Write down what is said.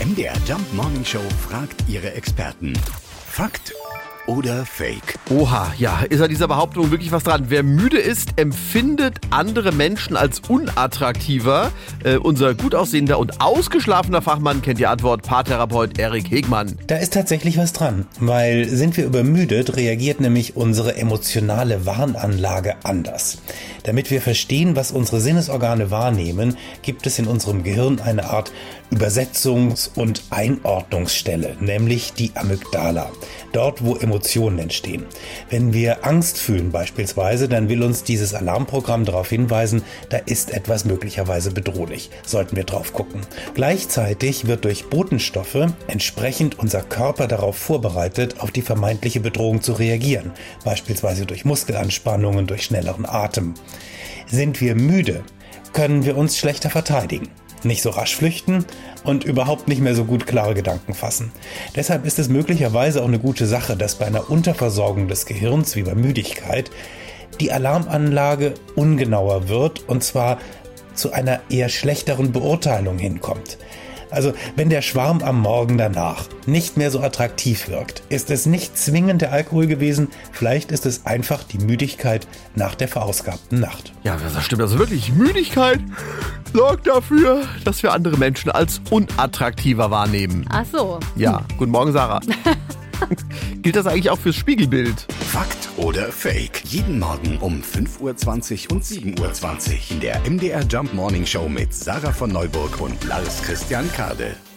MDR Jump Morning Show fragt ihre Experten. Fakt oder Fake? Oha, ja, ist an dieser Behauptung wirklich was dran? Wer müde ist, empfindet andere Menschen als unattraktiver. Unser gut aussehender und ausgeschlafener Fachmann kennt die Antwort, Paartherapeut Erik Hegmann. Da ist tatsächlich was dran, weil sind wir übermüdet, reagiert nämlich unsere emotionale Warnanlage anders. Damit wir verstehen, was unsere Sinnesorgane wahrnehmen, gibt es in unserem Gehirn eine Art Übersetzungs- und Einordnungsstelle, nämlich die Amygdala. Dort, wo Emotionen entstehen. Wenn wir Angst fühlen beispielsweise, dann will uns dieses Alarmprogramm darauf hinweisen, da ist etwas möglicherweise bedrohlich. Sollten wir drauf gucken. Gleichzeitig wird durch Botenstoffe entsprechend unser Körper darauf vorbereitet, auf die vermeintliche Bedrohung zu reagieren. Beispielsweise durch Muskelanspannungen, durch schnelleren Atem. Sind wir müde, können wir uns schlechter verteidigen. Nicht so rasch flüchten und überhaupt nicht mehr so gut klare Gedanken fassen. Deshalb ist es möglicherweise auch eine gute Sache, dass bei einer Unterversorgung des Gehirns wie bei Müdigkeit die Alarmanlage ungenauer wird und zwar zu einer eher schlechteren Beurteilung hinkommt. Also wenn der Schwarm am Morgen danach nicht mehr so attraktiv wirkt, ist es nicht zwingend der Alkohol gewesen, vielleicht ist es einfach die Müdigkeit nach der verausgabten Nacht. Ja, das stimmt also wirklich. Müdigkeit sorgt dafür, dass wir andere Menschen als unattraktiver wahrnehmen. Ach so. Ja, guten Morgen, Sarah. Gilt das eigentlich auch fürs Spiegelbild? Fakt oder Fake? Jeden Morgen um 5.20 Uhr und 7.20 Uhr in der MDR Jump Morning Show mit Sarah von Neuburg und Lars Christian Kade.